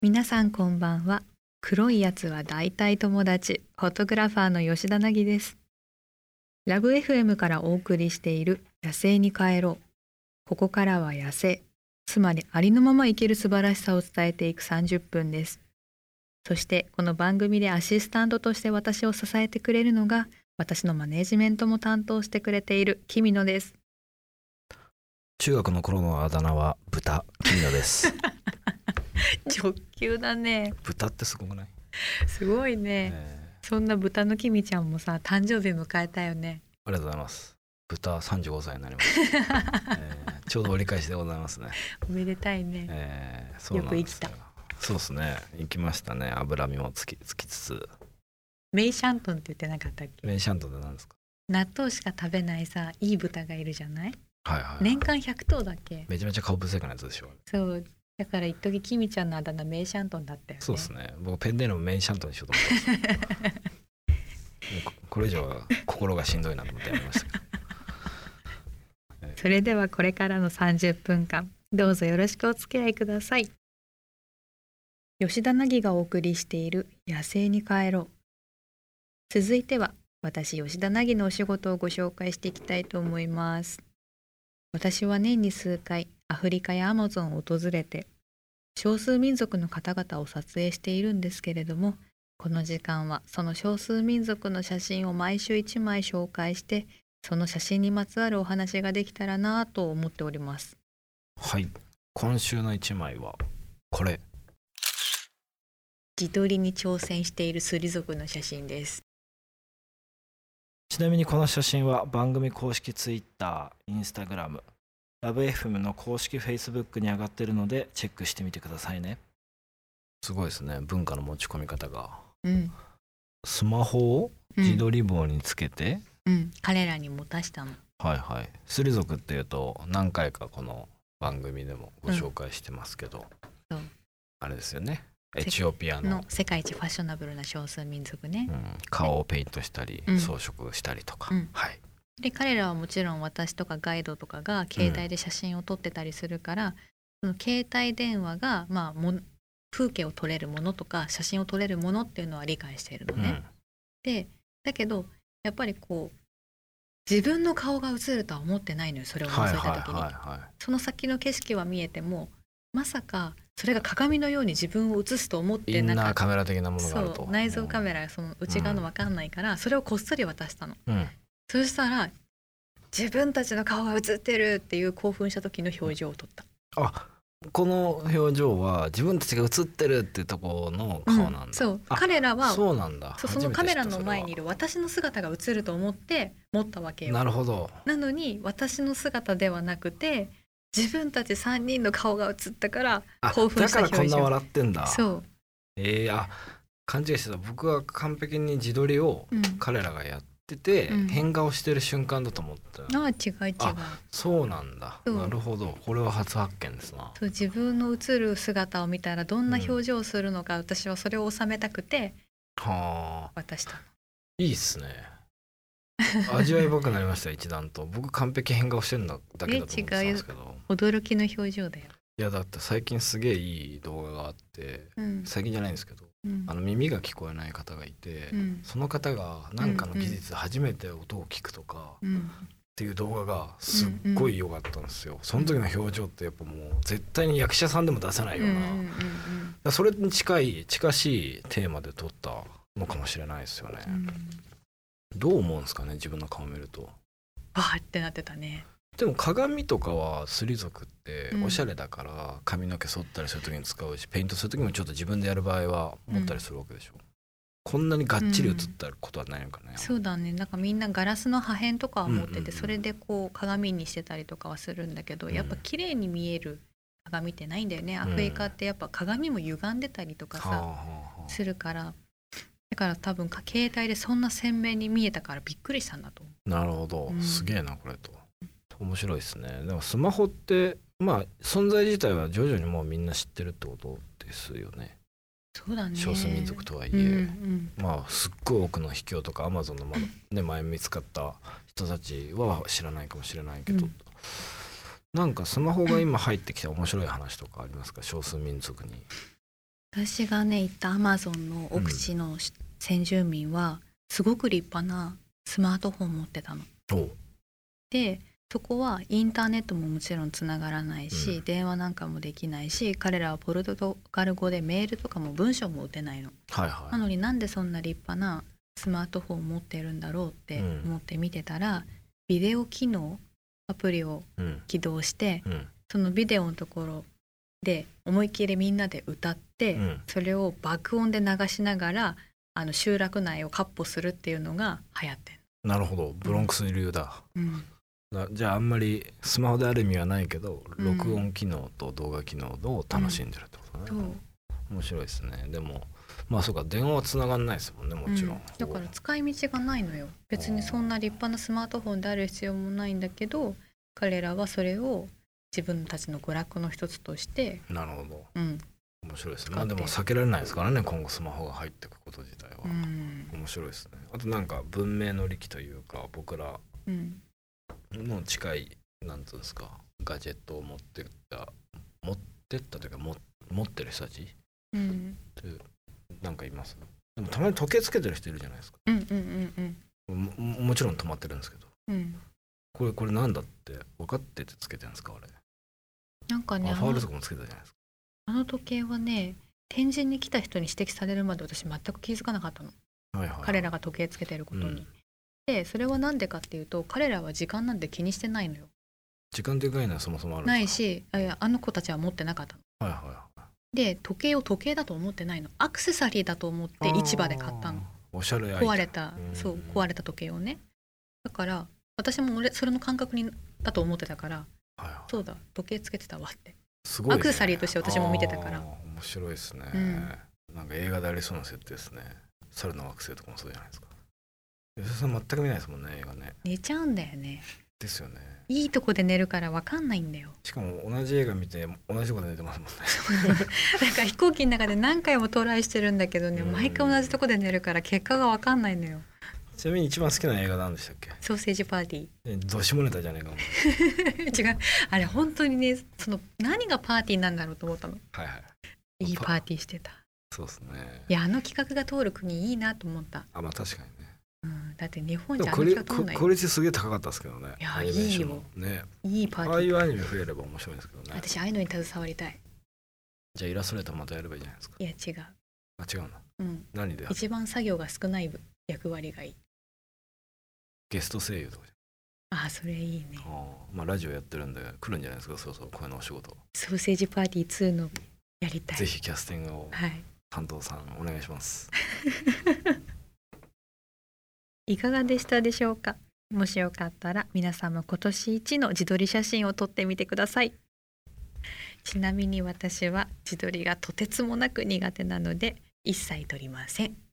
皆さんこんばんは。黒いやつは大体友達、フォトグラファーの吉田凪です。ラブ FM からお送りしている野生に帰ろう。ここからは野生、つまりありのまま生きる素晴らしさを伝えていく30分です。そしてこの番組でアシスタントとして私を支えてくれるのが、私のマネージメントも担当してくれているキミノです。 中学の頃のあだ名は豚キミノです直球だね。 豚ってすごくない？ すごいね、そんな豚のキミちゃんもさ、誕生日迎えたよね。 ありがとうございます。豚35歳になりました、ちょうど折り返しでございますね。 おめでたいね、 そうなんですよ。 よく生きた。 そうですね、生きましたね。脂身もつきつつ。 メイシャントンって言ってなかったっけ？ メイシャントンって何ですか？ 納豆しか食べないさ、いい豚がいるじゃない？ はいはい、 年間100頭だっけ？ めちゃめちゃ顔不正解なやつでしょ。 そうだから一時キミちゃんのあだ名メイシャントンだったよね。 そうですね、僕ペンネームメイシャントンにしようと思ってもうこれ以上は心がしんどいなと思ってやめましたけどそれではこれからの30分間どうぞよろしくお付き合いください。吉田凪がお送りしている野生に帰ろう。続いては私吉田凪のお仕事をご紹介していきたいと思います。私は年に数回アフリカやアマゾンを訪れて少数民族の方々を撮影しているんですけれども、この時間はその少数民族の写真を毎週1枚紹介して、その写真にまつわるお話ができたらなと思っております。 はい、今週の1枚はこれ。 自撮りに挑戦しているスリ族の写真です。 ちなみにこの写真は番組公式 Twitter、Instagram、ラブ FM の公式 Facebook に上がっているのでチェックしてみてくださいね。すごいですね、文化の持ち込み方が。スマホを自撮り棒につけて、 彼らに持たしたの。 はいはい。スリ族っていうと何回かこの番組でもご紹介してますけど、あれですよね、エチオピアの世界一ファッショナブルな少数民族ね、 顔をペイントしたり、装飾したりとか、はい。 で彼らはもちろん私とかガイドとかが携帯で写真を撮ってたりするから、その携帯電話が、風景を撮れるものとか写真を撮れるものっていうのは理解しているのね、でだけどやっぱりこう自分の顔が映るとは思ってないのよ。それを覗いた時に、その先の景色は見えてもまさかそれが鏡のように自分を映すと思ってなかった。インナーカメラ的なものがあると。 そう、内蔵カメラ、その内側の分かんないから、それをこっそり渡したの、そしたら自分たちの顔が映ってるっていう興奮した時の表情を撮った。 あ、この表情は自分たちが映ってるってところの顔なんだ、 そう彼らはそうなんだ。 そのカメラの前にいる私の姿が映ると思って持ったわけよ。 なるほど。 なのに私の姿ではなくて自分たち3人の顔が映ったから興奮した表情。 だからこんな笑ってんだ。 そう。 勘違いしてた。僕は完璧に自撮りを彼らがやってて、変顔してる瞬間だと思った。 違う。 そうなんだ。なるほど。これは初発見ですな。 そう、自分の映る姿を見たらどんな表情をするのか、私はそれを収めたくて渡したの。 いいっすね。味わい深くなりました一段と。僕完璧変顔してるだけだと思ってたんですけど。 驚きの表情だよ。 いやだって最近すげえいい動画があって、最近じゃないんですけど、耳が聞こえない方がいて、その方が何かの技術で初めて音を聞くとか、っていう動画がすっごい良かったんですよ。その時の表情ってやっぱもう絶対に役者さんでも出せないような、それに近しいテーマで撮ったのかもしれないですよね。どう思うんですかね、自分の顔見ると。 バーってなってたね。 でも鏡とかはスリ族っておしゃれだから髪の毛剃ったりする時に使うし、ペイントする時もちょっと自分でやる場合は持ったりするわけでしょ、こんなにがっちり映ったことはないのかね、 そうだね。なんかみんなガラスの破片とかは持ってて、それでこう鏡にしてたりとかはするんだけど、やっぱ綺麗に見える鏡ってないんだよね。アフリカってやっぱ鏡も歪んでたりとかさ、するから、だから多分携帯でそんな鮮明に見えたからびっくりしたんだと思う。 なるほど、すげえなこれと。面白いですね。でもスマホって存在自体は徐々にもうみんな知ってるってことですよね。 そうだね。 少数民族とはいえ、すっごい多くの秘境とかアマゾンの前見つかった人たちは知らないかもしれないけど、なんかスマホが今入ってきた面白い話とかありますか、少数民族に。 私がね行ったアマゾンの奥地の先住民はすごく立派なスマートフォン持ってたの。でそこはインターネットももちろんつながらないし、電話なんかもできないし、彼らはポルトガル語でメールとかも文章も打てないの、なのになんでそんな立派なスマートフォンを持ってるんだろうって思って見てたら、ビデオ機能アプリを起動して、そのビデオのところで思いっきりみんなで歌って、それを爆音で流しながら集落内を闊歩するっていうのが流行ってる。 なるほど、ブロンクス流だ、じゃああんまりスマホである意味はないけど、録音機能と動画機能を楽しんでるってことね、面白いですね。でもまあそうか、電話はつながんないですもんね、もちろん、 だから使い道がないのよ。別にそんな立派なスマートフォンである必要もないんだけど、彼らはそれを自分たちの娯楽の一つとして。なるほど、面白いですね。まあでも避けられないですからね、今後スマホが入っていくこと自体は、面白いですね。あとなんか文明の利器というか、僕らの近いなんていうんですか、ガジェットを持ってったというか持ってる人たち、なんかいます。でもたまに時計つけてる人いるじゃないですか。もちろん止まってるんですけど、これなんだって分かっててつけてるんですか、あれ。 なんかね、 ファウルとかもつけたじゃないですか。 あの時計はね、展示に来た人に指摘されるまで私全く気づかなかったの、彼らが時計つけてることに、でそれはなんでかっていうと、彼らは時間なんて気にしてないのよ。 時間という概念はそもそもあるないし、あの子たちは持ってなかったの、で時計を時計だと思ってないの、アクセサリーだと思って市場で買ったの。 おしゃれ壊れた時計をね。だから私もそれの感覚だと思ってたから、そうだ時計つけてたわって、すごい、ね、アクセサリーとして私も見てたから。 面白いですね、なんか映画でありそうな設定ですね。猿の惑星とかもそうじゃないですか。吉田さん全く見ないですもんね、映画ね。 寝ちゃうんだよね。 ですよね。 いいとこで寝るから分かんないんだよ。 しかも同じ映画見て同じとこで寝てますもんね。 なんか飛行機の中で何回もトライしてるんだけどね、毎回同じとこで寝るから結果が分かんないのよ。 ちなみに一番好きな映画なんでしたっけ。 ソーセージパーティー。 どしもネタじゃねえかも。 違う、あれ本当にね、その何がパーティーなんだろうと思ったの。いいパーティーしてた。 そうですね。 いや、企画が通る国いいなと思った。 まあ確かにね、 だって日本じゃ企画通んない。 クオリティすげえ高かったですけどね。 いや、いいよね、 いいパーティー。 ああいうアニメ増えれば面白いですけどね。 私ああいうのに携わりたい。 じゃあイラストレーターまたやればいいじゃないですか。 いや違う。 違うの、何で一番作業が少ない役割がいい。 ゲスト声優とか。 それいいね。 まあラジオやってるんで来るんじゃないですか。そうこういうのお仕事。 ソーセージパーティー2のやりたい。 ぜひキャスティングを担当さんお願いします。 いかがでしたでしょうか。もしよかったら皆さんも今年一の自撮り写真を撮ってみてください。ちなみに私は自撮りがとてつもなく苦手なので一切撮りません。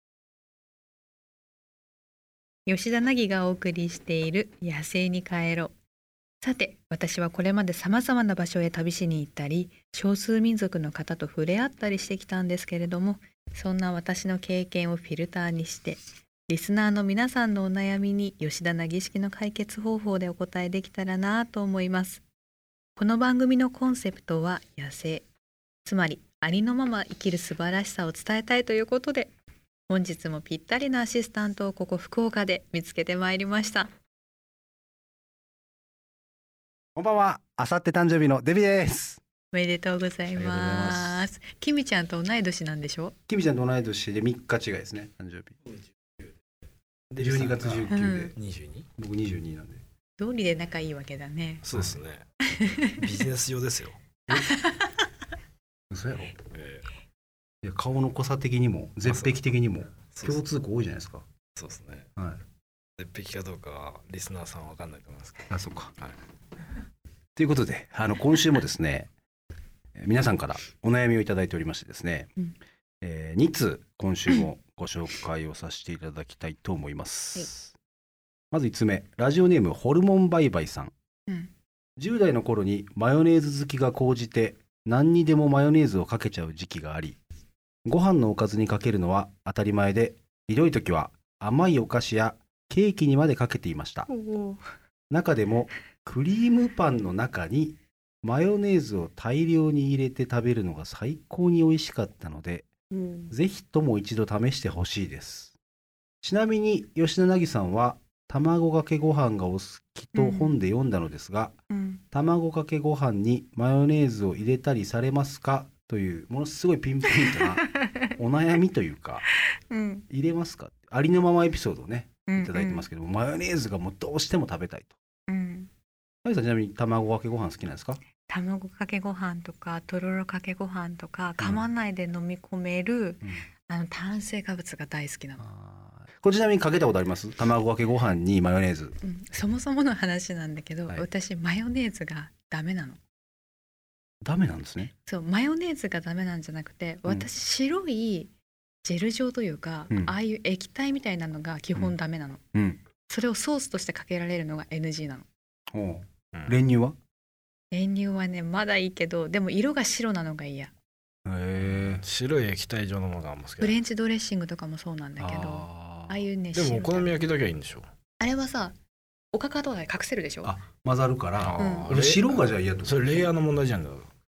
吉田凪がお送りしている野生に帰ろう。さて、私はこれまで様々な場所へ旅しに行ったり、少数民族の方と触れ合ったりしてきたんですけれども、そんな私の経験をフィルターにして、リスナーの皆さんのお悩みに吉田凪式の解決方法でお答えできたらなと思います。この番組のコンセプトは野生、つまりありのまま生きる素晴らしさを伝えたいということで、本日もぴったりなアシスタントをここ福岡で見つけてまいりました。 こんばんは。あさって誕生日のデビです。 おめでとうございます。きみちゃんと同い年なんでしょ。 きみちゃんと同い年で3日違いですね、誕生日。12月19で、 22？ 僕22なんで。 道理で仲いいわけだね。 そうですね。ビジネス上ですよ。 嘘やろ。いや、顔の濃さ的にも絶壁的にも共通項多いじゃないですか。 そうですね。絶壁かどうかはリスナーさんは分かんないと思いますけど。 そうか。ということで、今週もですね、皆さんからお悩みをいただいておりましてですね、2通今週もご紹介をさせていただきたいと思います。まず1つ目、ラジオネームホルモンバイバイさん。10代の頃にマヨネーズ好きが高じて何にでもマヨネーズをかけちゃう時期があり、ご飯のおかずにかけるのは当たり前で、ひどい時は甘いお菓子やケーキにまでかけていました。中でもクリームパンの中にマヨネーズを大量に入れて食べるのが最高に美味しかったので、ぜひとも一度試してほしいです。ちなみに吉田凪さんは卵かけご飯がお好きと本で読んだのですが、卵かけご飯にマヨネーズを入れたりされますかというものすごいピンポイントなお悩みというか、入れますか、ありのままエピソードをねいただいてますけども、マヨネーズがもうどうしても食べたいと。あゆさん、ちなみに卵かけご飯好きなんですか？ 卵かけご飯とかとろろかけご飯とか噛まないで飲み込める、炭水化物が大好きなの。 これちなみにかけたことあります？卵かけご飯にマヨネーズ、 そもそもの話なんだけど、私マヨネーズがダメなの。 ダメなんですね。 そう、マヨネーズがダメなんじゃなくて、私白いジェル状というか、ああいう液体みたいなのが基本ダメなの、それをソースとしてかけられるのが NG なの。 練乳は？ 練乳はねまだいいけど、でも色が白なのが嫌。 白い液体状のものがありますけど、 フレンチドレッシングとかもそうなんだけど、ああいうね。 でもお好み焼きだけはいいんでしょ？あれはさ、おかかとかで隠せるでしょ。 混ざるから、白がじゃあ嫌と。 それレイヤーの問題じゃんだ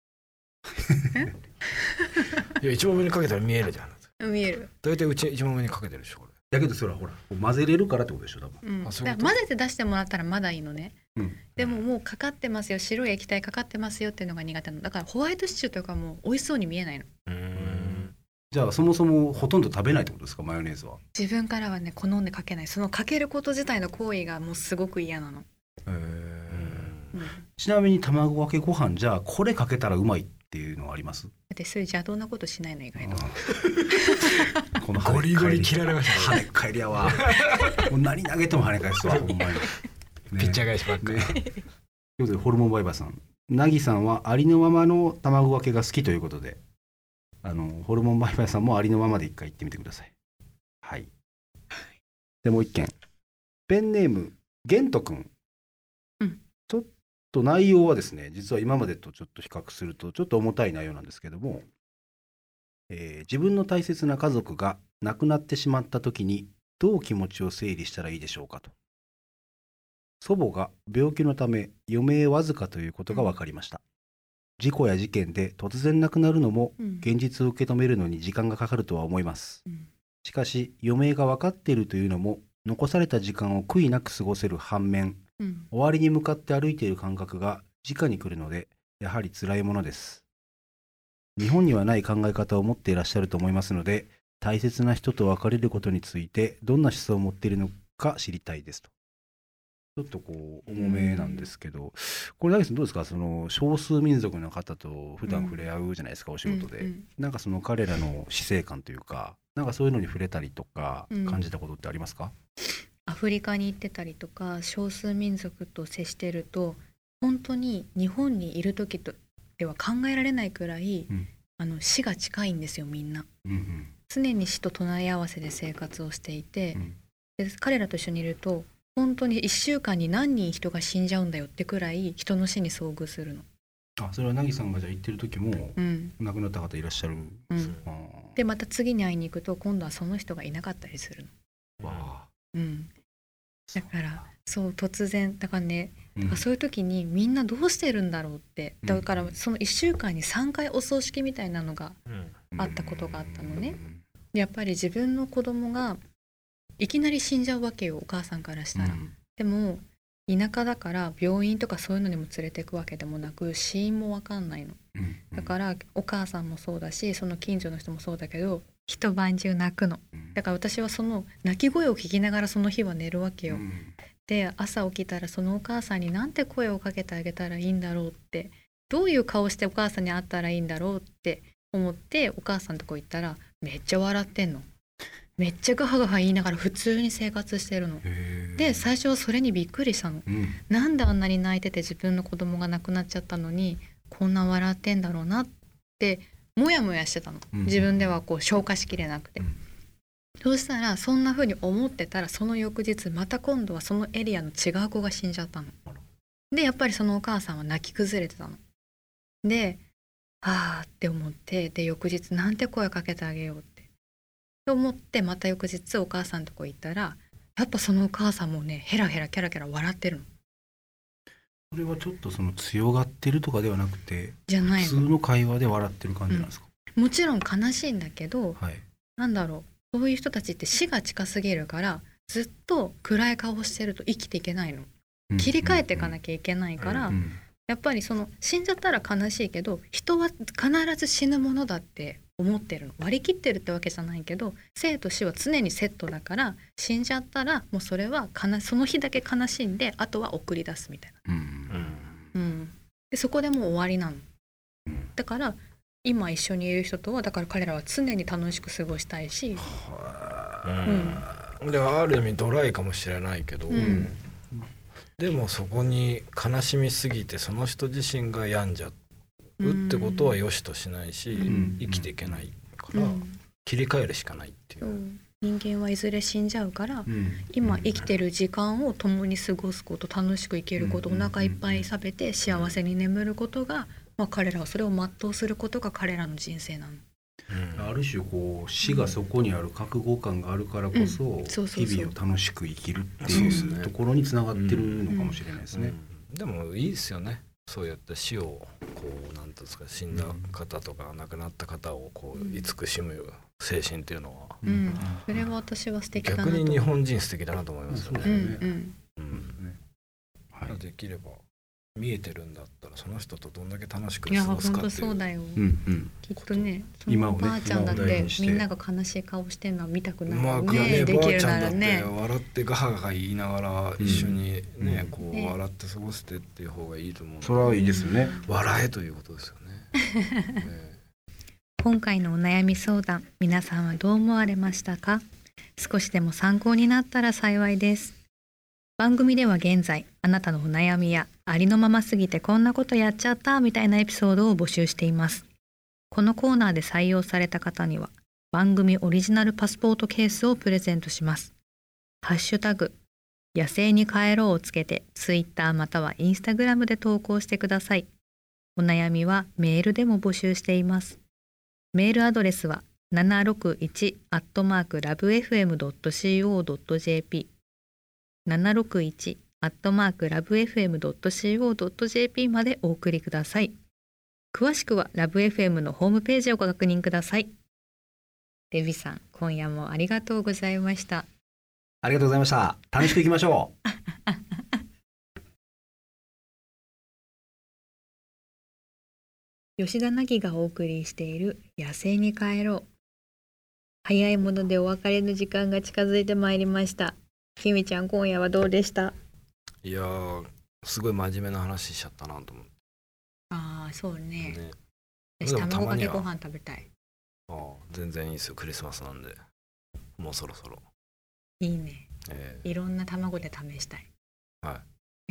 いや一番上にかけたら見えるじゃん。 見える。 大体一番上にかけてるでしょこれ。 だけどそれはほら混ぜれるからってことでしょ多分。 だから混ぜて出してもらったらまだいいのね、でももうかかってますよ、白い液体かかってますよっていうのが苦手なの。だからホワイトシチューとかも美味しそうに見えないの。 じゃあそもそもほとんど食べないってことですか、マヨネーズは？ 自分からはね好んでかけない。そのかけること自体の行為がもうすごく嫌なの。 ちなみに卵かけご飯じゃあこれかけたらうまいっていうのはあります？ だってそういう邪道なことしないの意外と。 このゴリゴリ切られましたね。跳ね返りやわもう何投げても跳ね返すわほんまに、 ピッチャー返しばっかり、 ということでホルモンバイバーさん、なぎさんはありのままの卵かけが好きということで、ホルモンバイバーさんもありのままで一回言ってみてください。はい。でもう一件、ペンネームゲントくん。ちょっと内容はですね、実は今までとちょっと比較するとちょっと重たい内容なんですけども、自分の大切な家族が亡くなってしまった時にどう気持ちを整理したらいいでしょうかと。祖母が病気のため余命わずかということが分かりました。事故や事件で突然亡くなるのも現実を受け止めるのに時間がかかるとは思います。しかし余命が分かっているというのも残された時間を悔いなく過ごせる反面、終わりに向かって歩いている感覚が直に来るのでやはり辛いものです。日本にはない考え方を持っていらっしゃると思いますので、大切な人と別れることについてどんな思想を持っているのか知りたいですと。ちょっとこう重めなんですけど、これ、なぎさんどうですか？その少数民族の方と普段触れ合うじゃないですか、お仕事で。なんかその彼らの死生観というか、なんかそういうのに触れたりとか感じたことってありますか？ アフリカに行ってたりとか、少数民族と接してると本当に日本にいる時では考えられないくらい、死が近いんですよみんな、常に死と隣り合わせで生活をしていて、で彼らと一緒にいると本当に1週間に何人人が死んじゃうんだよってくらい人の死に遭遇するの。 それはなぎさんがじゃあ行ってる時も、亡くなった方いらっしゃる、 でまた次に会いに行くと今度はその人がいなかったりするの。だからそう突然だからね、そういう時にみんなどうしてるんだろうって、だからその1週間に3回お葬式みたいなのがあったことがあったのね。やっぱり自分の子供がいきなり死んじゃうわけよ、お母さんからしたら。でも田舎だから病院とかそういうのにも連れていくわけでもなく、死因も分かんないの。だからお母さんもそうだし、その近所の人もそうだけど一晩中泣くの。だから私はその泣き声を聞きながらその日は寝るわけよ。で朝起きたらそのお母さんになんて声をかけてあげたらいいんだろうって、どういう顔してお母さんに会ったらいいんだろうって思ってお母さんのとこ行ったらめっちゃ笑ってんの。めっちゃガハガハ言いながら普通に生活してるの。で最初はそれにびっくりしたの、なんであんなに泣いてて自分の子供が亡くなっちゃったのにこんな笑ってんだろうなってもやもやしてたの。自分ではこう消化しきれなくて、そうしたらそんな風に思ってたらその翌日また今度はそのエリアの違う子が死んじゃったの。でやっぱりそのお母さんは泣き崩れてたの。でって思って、で翌日なんて声かけてあげようって思ってまた翌日お母さんのとこ行ったらやっぱそのお母さんもねヘラヘラキャラキャラ笑ってるそれはちょっとその強がってるとかではなくて、 じゃないの、 普通の会話で笑ってる感じなんですか？ もちろん悲しいんだけど、 はい、 なんだろう、そういう人たちって死が近すぎるからずっと暗い顔してると生きていけないの。切り替えていかなきゃいけないから、やっぱりその死んじゃったら悲しいけど、人は必ず死ぬものだって思ってるの。割り切ってるってわけじゃないけど、生と死は常にセットだから、死んじゃったらもうそれはその日だけ悲しんで、あとは送り出すみたいな、でそこでもう終わりなの。だから今一緒にいる人とは、だから彼らは常に楽しく過ごしたいし、 である意味ドライかもしれないけど、でもそこに悲しみすぎてその人自身が病んじゃうってことは良しとしないし、生きていけないから、切り替えるしかないっていう、 人間はいずれ死んじゃうから、今生きてる時間を共に過ごすこと、楽しく生きること、お腹いっぱい食べて幸せに眠ることが、彼らはそれを全うすることが彼らの人生なの。 ある種こう死がそこにある覚悟感があるからこそ、日々を楽しく生きるっていうところにつながってるのかもしれないですね。 でもいいですよね、そうやって死をこうなんていうんですか、死んだ方とか亡くなった方をこう慈しむ精神っていうのは、 それは私は素敵だなと。 逆に日本人素敵だなと思いますよね。できれば見えてるんだったら、その人とどんだけ楽しく過ごすかっていう。いや本当そうだよ、きっとね、そのおばあちゃんだってみんなが悲しい顔してるのは見たくないよね。できるならね、ばあちゃんだって笑ってガハガハ言いながら一緒にね、こう笑って過ごしてっていう方がいいと思う。 それはいいですよね。 笑えということですよね。 今回のお悩み相談、皆さんはどう思われましたか？少しでも参考になったら幸いです。番組では現在、あなたのお悩みやありのまますぎてこんなことやっちゃったみたいなエピソードを募集しています。このコーナーで採用された方には番組オリジナルパスポートケースをプレゼントします。ハッシュタグ野生に帰ろうをつけてツイッターまたはインスタグラムで投稿してください。お悩みはメールでも募集しています。メールアドレスは761@lovefm.co.jp761@lovefm.co.jp までお送りください。詳しくはラブ FM のホームページをご確認ください。デビさん、今夜もありがとうございました。 ありがとうございました。楽しくいきましょう。吉田凪がお送りしている野生に帰ろう。早いものでお別れの時間が近づいてまいりました。ひみちゃん、今夜はどうでした？ いやー、すごい真面目な話しちゃったなと思って。 ああ、そうね。私卵かけご飯食べたい。 ああ、全然いいですよ、クリスマスなんで。もうそろそろ。 いいね。いろんな卵で試したい。 はい。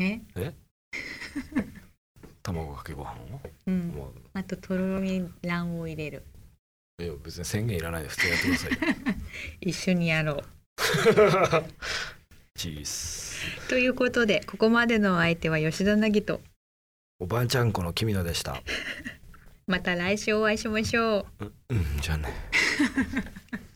え卵かけご飯を？ あととろろに卵黄入れる。 いや、別に宣言いらないで普通やってください。 一緒にやろう。 チーズ。 ということで、ここまでのお相手は吉田凪とおばあちゃんこの君野でした。 また来週お会いしましょう。 じゃあね。